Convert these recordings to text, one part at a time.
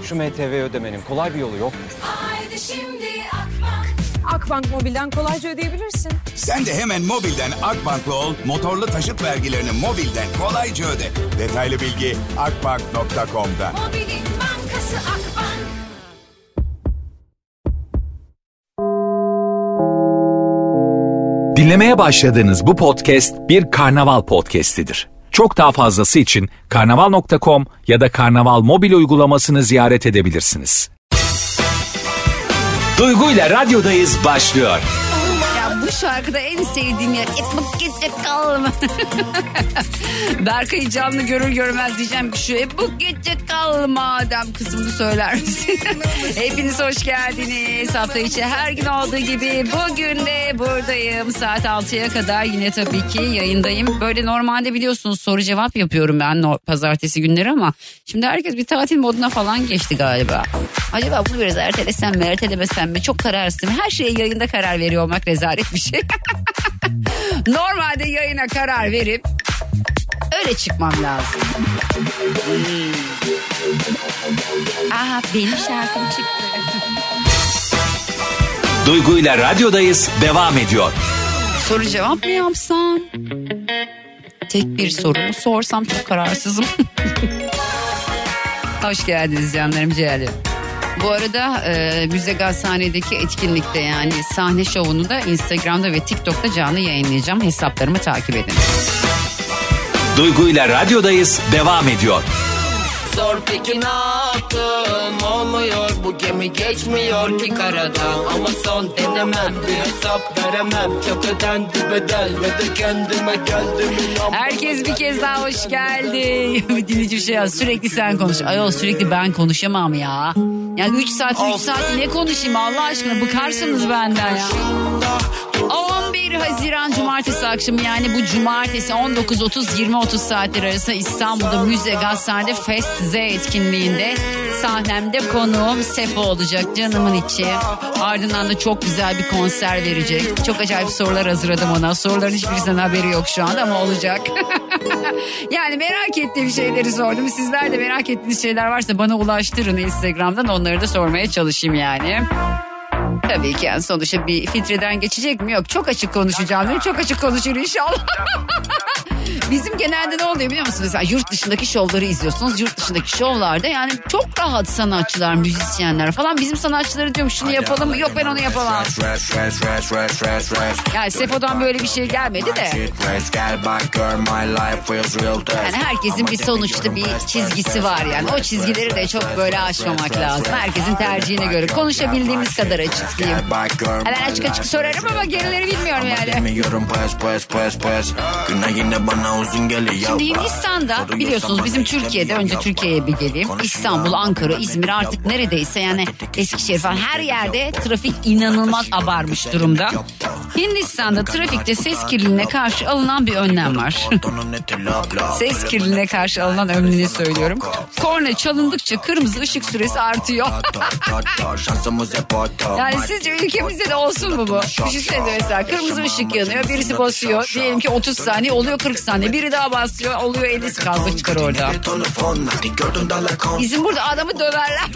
Şu MTV ödemenin kolay bir yolu yok. Haydi şimdi Akbank Mobil'den kolayca ödeyebilirsin. Sen de hemen mobilden Akbank'lı ol, motorlu taşıt vergilerini mobilden kolayca öde. Detaylı bilgi akbank.com'da. Mobilin bankası Akbank. Dinlemeye başladığınız bu podcast bir karnaval podcastidir. Çok daha fazlası için karnaval.com ya da karnaval mobil uygulamasını ziyaret edebilirsiniz. Duygu ile radyodayız başlıyor. Ya bu şarkıda en sevdiğim yer etmek gece kalma. Berkay'ı canlı görür görmez diyeceğim ki şu bu gece kalma adam kısmını söyler misin? Hepiniz hoş geldiniz. Hafta içi her gün olduğu gibi bugün de buradayım. Saat 6'ya kadar yine tabii ki yayındayım. Böyle normalde biliyorsunuz soru cevap yapıyorum ben pazartesi günleri ama şimdi herkes bir tatil moduna falan geçti galiba. Acaba bunu biraz ertelesem mi ertelemesem mi çok kararsızım. Her şeye yayında karar veriyor olmak rezalet bir şey. Normalde yayına karar verip öyle çıkmam lazım. Aha benim şarkım çıktı. Duygu ile radyodayız devam ediyor. Soru cevap mı yapsam? Tek bir sorumu sorsam çok kararsızım. Hoş geldiniz canlarım ciğerlerim. Bu arada Müze Gazhane'deki etkinlikte yani sahne şovunu da Instagram'da ve TikTok'ta canlı yayınlayacağım. Hesaplarımı takip edin. Duygu ile radyodayız devam ediyor. Zor peki ne yaptım olmuyor bu gemi geçmiyor ki karadan ama son denemem bir hesap veremem çok ödendi bedel ve de kendime geldim. Herkes bir kez daha hoş geldi. Dinleyici bir şey yaz sürekli sen konuş. Ayol sürekli ben konuşamam ya. Yani 3 saat ne konuşayım Allah aşkına bıkarsınız benden ya. 11 Haziran Cumartesi akşamı yani bu Cumartesi 19.30-20.30 saatleri arasında İstanbul'da Müze Gazhane'de Fest Z etkinliğinde sahnemde konuğum Sefo olacak canımın içi. Ardından da çok güzel bir konser verecek. Çok acayip sorular hazırladım ona. Soruların hiçbirisinin haberi yok şu anda ama olacak. Yani merak ettiğim şeyleri sordum. Sizler de merak ettiğiniz şeyler varsa bana ulaştırın Instagram'dan onları da sormaya çalışayım yani. Tabii ki yani sonuçta bir filtreden geçecek mi? Yok çok açık konuşacağım. Çok açık konuşur inşallah. Bizim genelde ne oluyor biliyor musunuz? Mesela yurt dışındaki şovları izliyorsunuz. Yurt dışındaki şovlarda yani çok rahat sanatçılar, müzisyenler falan. Bizim sanatçıları diyorum şunu yapalım mı? Yok ben onu yapamam. Yani Sefo'dan böyle bir şey gelmedi de. Yani herkesin bir sonuçta bir çizgisi var yani. O çizgileri de çok böyle aşmamak lazım. Herkesin tercihine göre konuşabildiğimiz kadar açık diyeyim. Ben açık açık sorarım ama gerileri bilmiyorum yani. Şimdi Hindistan'da biliyorsunuz bizim Türkiye'de önce Türkiye'ye bir geleyim. İstanbul, Ankara, İzmir artık neredeyse yani Eskişehir falan her yerde trafik inanılmaz abarmış durumda. Hindistan'da trafikte ses kirliliğine karşı alınan bir önlem var. Ses kirliliğine karşı alınan önlemi söylüyorum. Korna çalındıkça kırmızı ışık süresi artıyor. Yani sizce ülkemizde de olsun mu bu? Düşünsenize mesela kırmızı ışık yanıyor birisi basıyor. Diyelim ki 30 saniye oluyor 40 saniye. Biri daha basıyor oluyor 50 kavga çıkar orada. Bizim burada adamı döverler.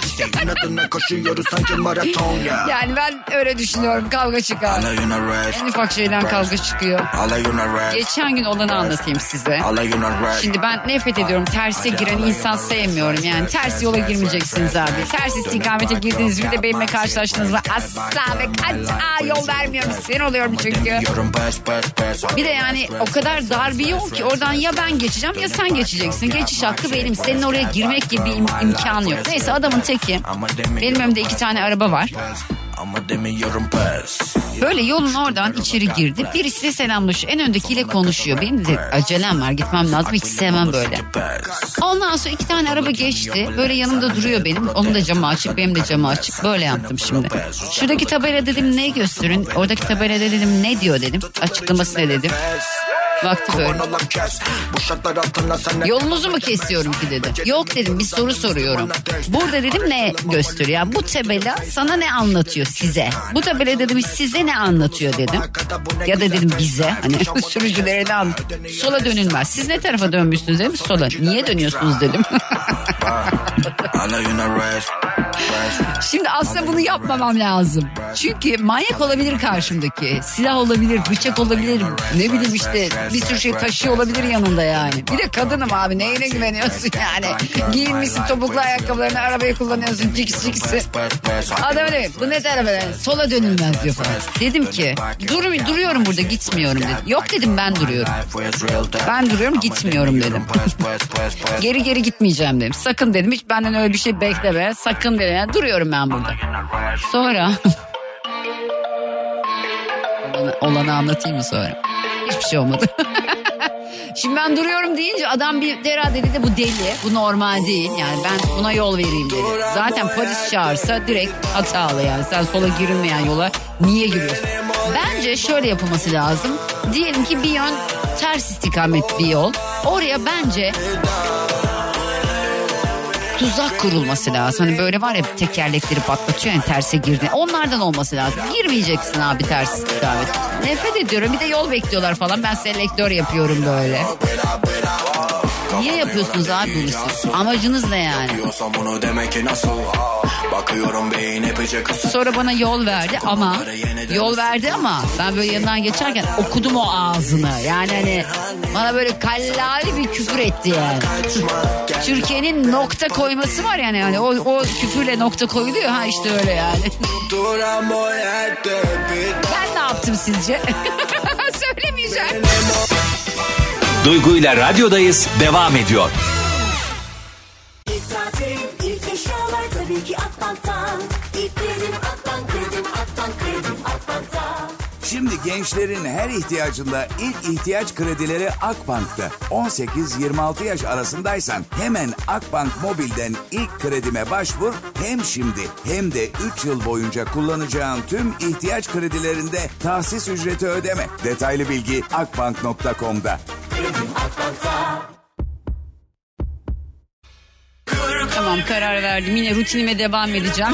Yani ben öyle düşünüyorum kavga çıkar. En ufak şeyden kavga çıkıyor. Geçen gün olanı anlatayım size. Şimdi ben nefret ediyorum terse giren insan sevmiyorum. Yani ters yola girmeyeceksiniz abi. Ters istikamete girdiniz bir de benimle karşılaştınız mı asla ve kata yol vermiyorum. Sinir oluyorum çünkü. Bir de yani o kadar dar bir yol ki oradan ya ben geçeceğim ya sen geçeceksin. Geçiş hakkı benim. Senin oraya girmek gibi bir imkan yok. Neyse adamın teki. Benim önümde 2 tane araba var. Böyle yolun oradan içeri girdi. Birisi de selamlaşıyor. En öndekiyle konuşuyor. Benim de acelem var gitmem lazım. Hiç sevmem böyle. Ondan sonra 2 tane araba geçti. Böyle yanımda duruyor benim. Onun da camı açık benim de camı açık. Böyle yaptım şimdi. Şuradaki tabela dedim ne gösterin. Oradaki tabela dedim ne diyor dedim. Açıklaması ne dedim. Vakti böyle. Yolunuzu mu kesiyorum ki dedi. Yok dedim bir soru soruyorum. Burada dedim ne gösteriyor? Yani bu tabela sana ne anlatıyor size? Bu tabela dedim size ne anlatıyor dedim. Ya da dedim bize hani sürücülere ne anlatıyor? Sola dönülmez. Siz ne tarafa dönmüşsünüz dedim. Sola. Niye dönüyorsunuz dedim. Şimdi aslında bunu yapmamam lazım. Çünkü manyak olabilir karşımdaki. Silah olabilir, bıçak olabilir. Ne bileyim işte bir sürü şey taşıyor olabilir yanında yani. Bir de kadınım abi, neyine güveniyorsun yani. Giyinmişsin topuklu ayakkabılarını, arabayı kullanıyorsun cikisi. Adam öyle, bu ne tarafa sola dönülmez diyor falan. Dedim ki duruyorum burada, gitmiyorum dedim. Yok dedim, ben duruyorum. Ben duruyorum, gitmiyorum dedim. Geri gitmeyeceğim dedim. Sakın dedim, hiç benden öyle bir şey bekleme. Sakın dedim, yani duruyorum ben burada. Sonra olanı anlatayım mı sonra? Hiçbir şey olmadı. Şimdi ben duruyorum deyince adam bir herhalde dedi bu deli, bu normal değil. Yani ben buna yol vereyim dedi. Zaten polis çağırsa direkt hatalı yani. Sen sola girilmeyen yola niye giriyorsun? Bence şöyle yapılması lazım. Diyelim ki bir yön ters istikamet bir yol. Oraya bence tuzak kurulması lazım. Hani böyle var ya, tekerlekleri patlatıyor yani terse girdi. Onlardan olması lazım. Girmeyeceksin abi ters istikamet. Nefret ediyorum. Bir de yol bekliyorlar falan. Ben selektör yapıyorum böyle. Niye yapıyorsunuz abi bunu siz? Amacınız ne yani? Sonra bana yol verdi ama ben böyle yanından geçerken okudum o ağzını. Yani hani bana böyle kallavi bir küfür etti yani. Türkiye'nin nokta koyması var yani o küfürle nokta koyuluyor ha, işte öyle yani. Ben ne yaptım sizce? Söylemeyeceğim. Duygu ile radyodayız devam ediyor. İlk tatil, ilk eşyalar tabii ki Akbank'tan. İlk kredim Akbank, kredim Akbank, kredim Akbank'tan. Şimdi gençlerin her ihtiyacında ilk ihtiyaç kredileri Akbank'ta. 18-26 yaş arasındaysan hemen Akbank Mobil'den ilk kredime başvur. Hem şimdi hem de 3 yıl boyunca kullanacağın tüm ihtiyaç kredilerinde tahsis ücreti ödeme. Detaylı bilgi akbank.com'da. Tamam, karar verdim. Yine rutinime devam edeceğim.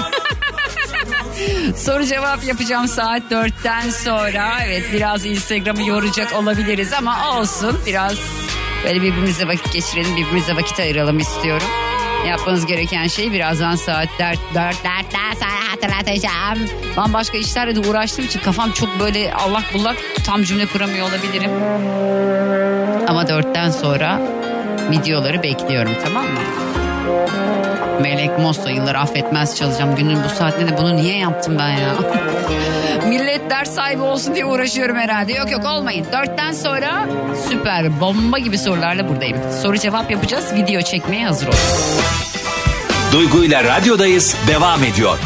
Soru cevap yapacağım saat 4'ten sonra. Evet, biraz Instagram'ı yoracak olabiliriz ama olsun. Biraz böyle birbirimize vakit geçirelim, birbirimize vakit ayıralım istiyorum. Yapmanız gereken şey birazdan saat 4'ten sonra hatırlatacağım. Bambaşka işlerle de uğraştığım için kafam çok böyle allak bullak, tam cümle kuramıyor olabilirim. Ama 4'ten sonra videoları bekliyorum, tamam mı? Melek Mosso yıllar affetmez çalacağım. Günün bu saatinde de bunu niye yaptım ben ya? Millet ders sahibi olsun diye uğraşıyorum herhalde. Yok olmayın. 4'ten sonra süper bomba gibi sorularla buradayım. Soru cevap yapacağız. Video çekmeye hazır olun. Duygu ile radyodayız devam ediyor.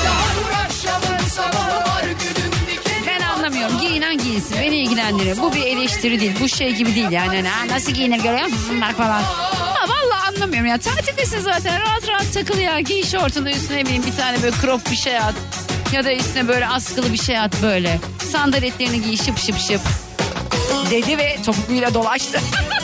Ben anlamıyorum. Giyinen giyinsin. Beni ilgilendirir. Bu bir eleştiri değil. Bu şey gibi değil yani. Nasıl giyinir görüyor musun bak falan. Vallahi anlamıyorum ya. Tatildesin zaten. Rahat takıl ya. Giy şortunu, üstüne bileyim bir tane böyle crop bir şey at. Ya da üstüne böyle askılı bir şey at böyle. Sandaletlerini giy şıp. Dedi ve topukluyla dolaştı.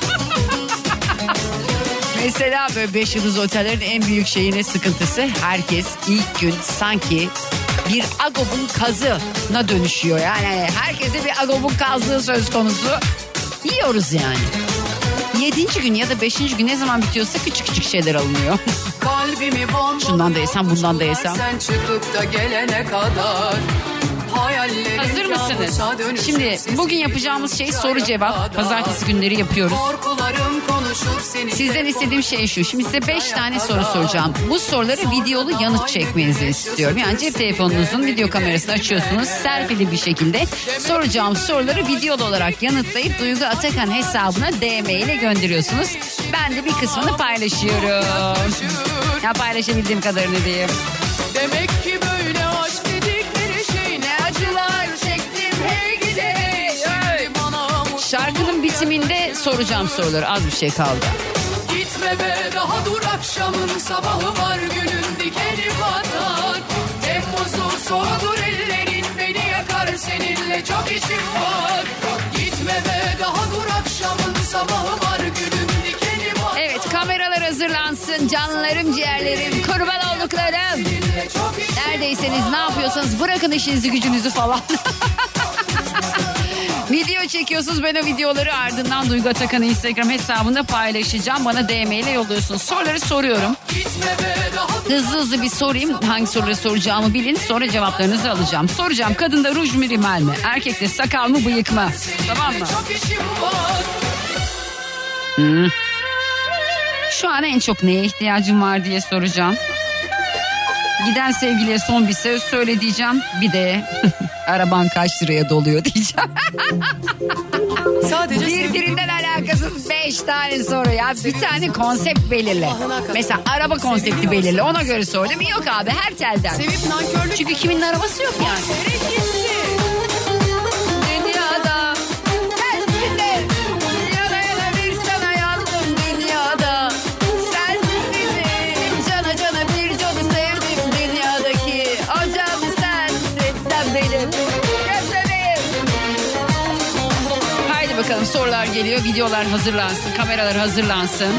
Mesela böyle 5 yıldız otellerin en büyük şeyine sıkıntısı. Herkes ilk gün sanki bir agobun kazına dönüşüyor. Yani herkese bir agobun kazlığı söz konusu. Yiyoruz yani. 7. gün ya da 5. gün ne zaman bitiyorsa küçük şeyler alınıyor. Şundan da yesem, bundan da yesem. Sen çıkıp da gelene kadar. Hazır mısınız? Şimdi bugün yapacağımız şey soru cevap. Pazartesi günleri yapıyoruz. Sizden istediğim şey şu. Şimdi size 5 tane soru soracağım. Bu soruları videolu yanıt çekmenizi istiyorum. Yani cep telefonunuzun video kamerasını açıyorsunuz. Selfie'li bir şekilde soracağım soruları videolu olarak yanıtlayıp Duygu Atakan hesabına DM ile gönderiyorsunuz. Ben de bir kısmını paylaşıyorum. Ya paylaşabildiğim kadarını diyeyim. Demek ki böyle aşk dedikleri şey ne acılar çektim hey gide. Şarkının bitiminde soracağım soruları. Az bir şey kaldı. Gitme be daha dur, akşamın sabahı var, günün dikeni batar. Temmuz'u soğudur ellerin, beni yakar seninle çok işim var. Gitme be daha dur, akşamın sabahı var, günün dikeni batar. Evet, kameralar hazırlansın. Canlarım, ciğerlerim, kurban olduklarım. Neredeyseniz, ne yapıyorsanız bırakın işinizi gücünüzü falan. Video çekiyorsunuz, ben o videoları ardından Duygu Atakan'ın Instagram hesabında paylaşacağım. Bana DM ile yolluyorsunuz. Soruları soruyorum. Hızlı bir sorayım. Hangi soruları soracağımı bilin. Sonra cevaplarınızı alacağım. Soracağım, kadında ruj mu rimel mi? Erkekte sakal mı bıyık mı? Tamam mı? Şu an en çok neye ihtiyacım var diye soracağım. Giden sevgiliye son bir söz söyle diyeceğim. Bir de araban kaç liraya doluyor diyeceğim. Birbirinden alakasız 5 tane soru ya. Bir tane konsept belirle. Mesela araba konsepti belirle. Ona göre sor değil mi? Yok abi, her telden. Çünkü kiminin arabası yok yani. Dünyada sensinle yana yana bir sana yandım dünyada. Sensinle cana cana bir canı sevdim dünyadaki. O canı sensin, sen benim. Haydi bakalım, sorular geliyor. Videolar hazırlansın, kameralar hazırlansın.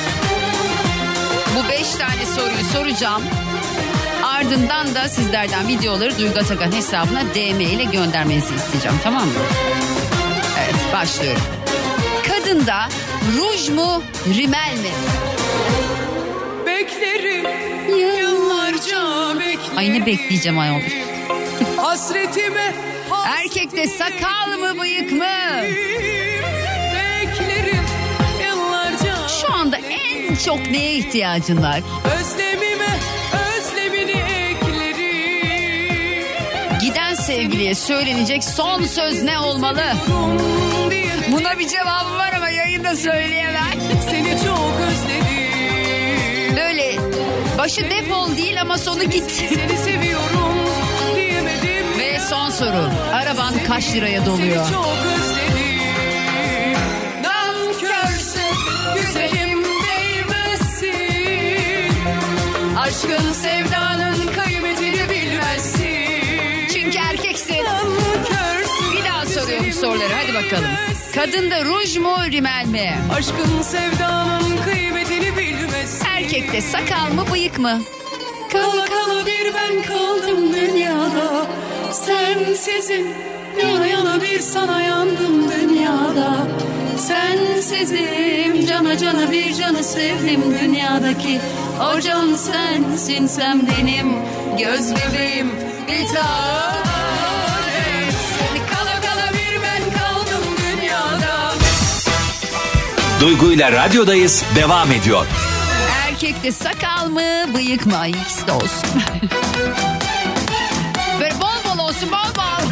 Bu 5 tane soruyu soracağım. Ardından da sizlerden videoları Duygu Atakan hesabına DM ile göndermenizi isteyeceğim, tamam mı? Evet, başlıyorum. Kadında ruj mu rimel mi? Beklerim yıllarca beklerim. Ay ne bekleyeceğim ayol. Hasretime Erkekte sakal mı bıyık mı? beklerim yıllarca. Şu anda en çok neye ihtiyacın var? Özlemime özlemini eklerim. Giden sevgiliye söylenecek son söz ne olmalı? Buna bir cevabı var ama yayında söyleyemem. Seni çok özledim. Böyle başı defol değil ama sonu git. Seni seviyorum diyemedim. Ve son soru. Araban kaç liraya doluyor? Seni çok özledim. Nankörsün, güzelim değmezsin. Aşkın sevdanın kıymetini bilmezsin. Çünkü erkeksin. Nankörsün, Bir daha soruyorum soruları, hadi bakalım. Kadında ruj mu rimel mi? aşkın sevdanın kıymetini bilmezsin. Erkekte sakal mı bıyık mı? Kala kala bir ben kaldım dünyada. Sensizim, yana yana bir sana yandım dünyada. Sensizim, cana cana bir canı sevdim dünyadaki. O can sensin, sen benim göz bebeğim, bir tanem. Kala kala bir ben kaldım dünyada. Duygu ile radyodayız devam ediyor. Erkekte sakal mı bıyık mı? Ay, ikisi de olsun. Böyle bol bol olsun, bol bol.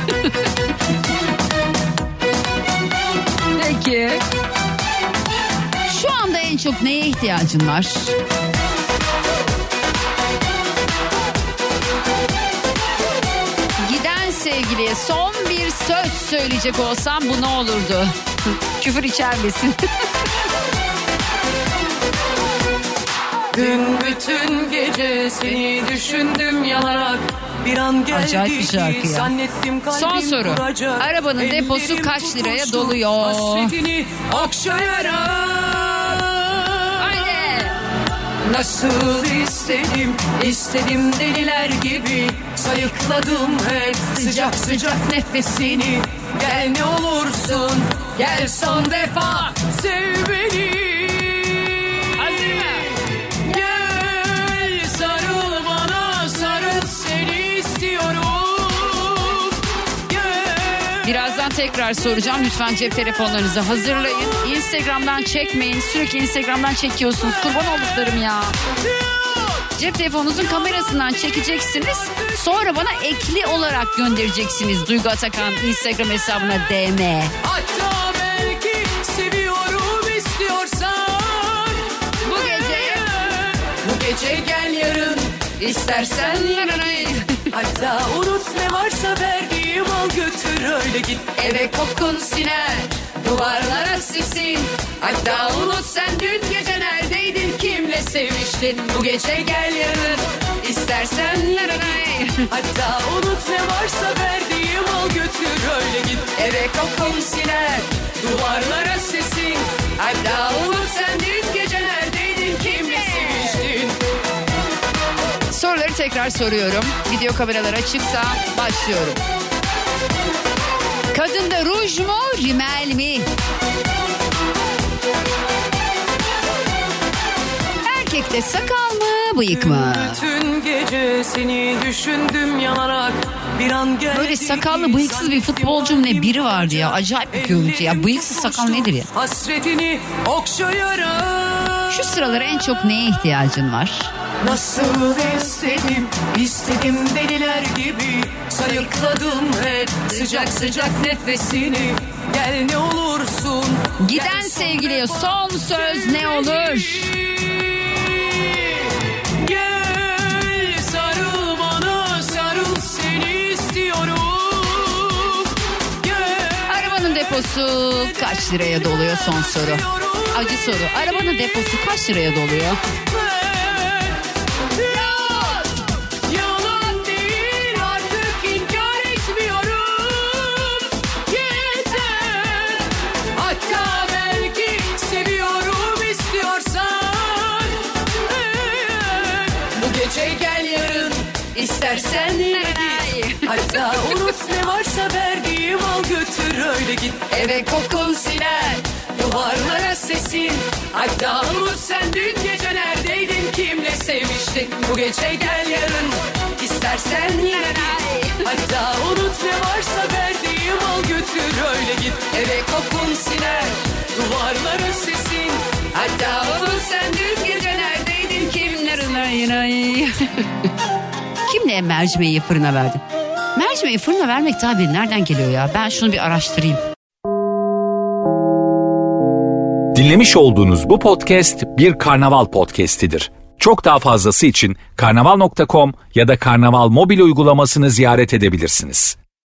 Peki. Şu anda en çok neye ihtiyacın var? Giden sevgiliye son bir söz söyleyecek olsam bu ne olurdu? Küfür içermesin. Dün bütün gece seni düşündüm yanarak. Bir an geldi Acayip bir şarkı ki ya. zannettim kalbim Son soru. kuracak. Arabanın deposu Ellerim kaç liraya tutuştu, doluyor? hasretini okşayarak. Haydi. Nasıl istedim deliler gibi. Sayıkladım hep sıcak sıcak nefesini. Gel ne olursun, gel son defa sev beni. Hazır mı? Gel sarıl bana, sarıl seni istiyorum. Gel. Birazdan tekrar soracağım. Lütfen cep telefonlarınızı hazırlayın. Instagram'dan çekmeyin. Sürekli Instagram'dan çekiyorsunuz. Kurban olduklarım ya. Cep telefonunuzun kamerasından çekeceksiniz. Sonra bana ekli olarak göndereceksiniz. Duygu Atakan Instagram hesabına DM. Hatta belki seviyorum istiyorsan. Bu gece gel yarın istersen yarın. Hatta unut ne varsa verdiğim al götür öyle git. Eve kokun siner, duvarlara sissin. Hatta unut sen dün gece neredeydin, kimle sevmiştin. Bu gece gel yarın istersen yarın. Hatta unut ne varsa verdiğim al götür öyle git. Eve kokun siner, duvarlara sissin. Hatta unut sen dün gece neredeydin, kimle sevmiştin. Soruları tekrar soruyorum. Video kameralar açıksa başlıyorum. Kadında ruj mu, rimel mi? Erkekte sakal mı, bıyık mı? Bütün gece seni düşündüm yanarak. Bir an geldi. Böyle sakallı bıyıksız bir futbolcum ne biri vardı ya. Acayip bir görüntü ya. Bıyıksız sakal nedir ya? Hasretini okşayarak. Şu sıralar en çok neye ihtiyacın var? Nasıl istedim deliler gibi. Sayıkladım hep sıcak sıcak nefesini. Gel ne olursun. Giden sevgiliye son söz ne olur? Gel sarıl bana, sarıl seni istiyorum. Gel. Arabanın deposu kaç liraya doluyor son soru. Acı soru. Arabanın deposu kaç liraya doluyor? Yalan değil, artık inkar etmiyorum. Yeter. Hatta belki seviyorum istiyorsan. Bu gece gel yarın, istersen yine git. Hatta unut ne varsa verdiğim al götür öyle git. Eve kokun siner, duvarlara sesin. Hatta unut sen dün gece neredeydin, kimle sevmiştin. Bu gece gel yarın, istersen yine git. Hatta unut ne varsa verdiğim al götür öyle git. Eve kokun siner, duvarlara sesin. Hatta unut sen dün gece neredeydin, kimle Kimle mercimeği fırına verdin? Mercimeği fırına vermek tabii nereden geliyor ya? Ben şunu bir araştırayım. Dinlemiş olduğunuz bu podcast bir Karnaval podcastidir. Çok daha fazlası için karnaval.com ya da Karnaval mobil uygulamasını ziyaret edebilirsiniz.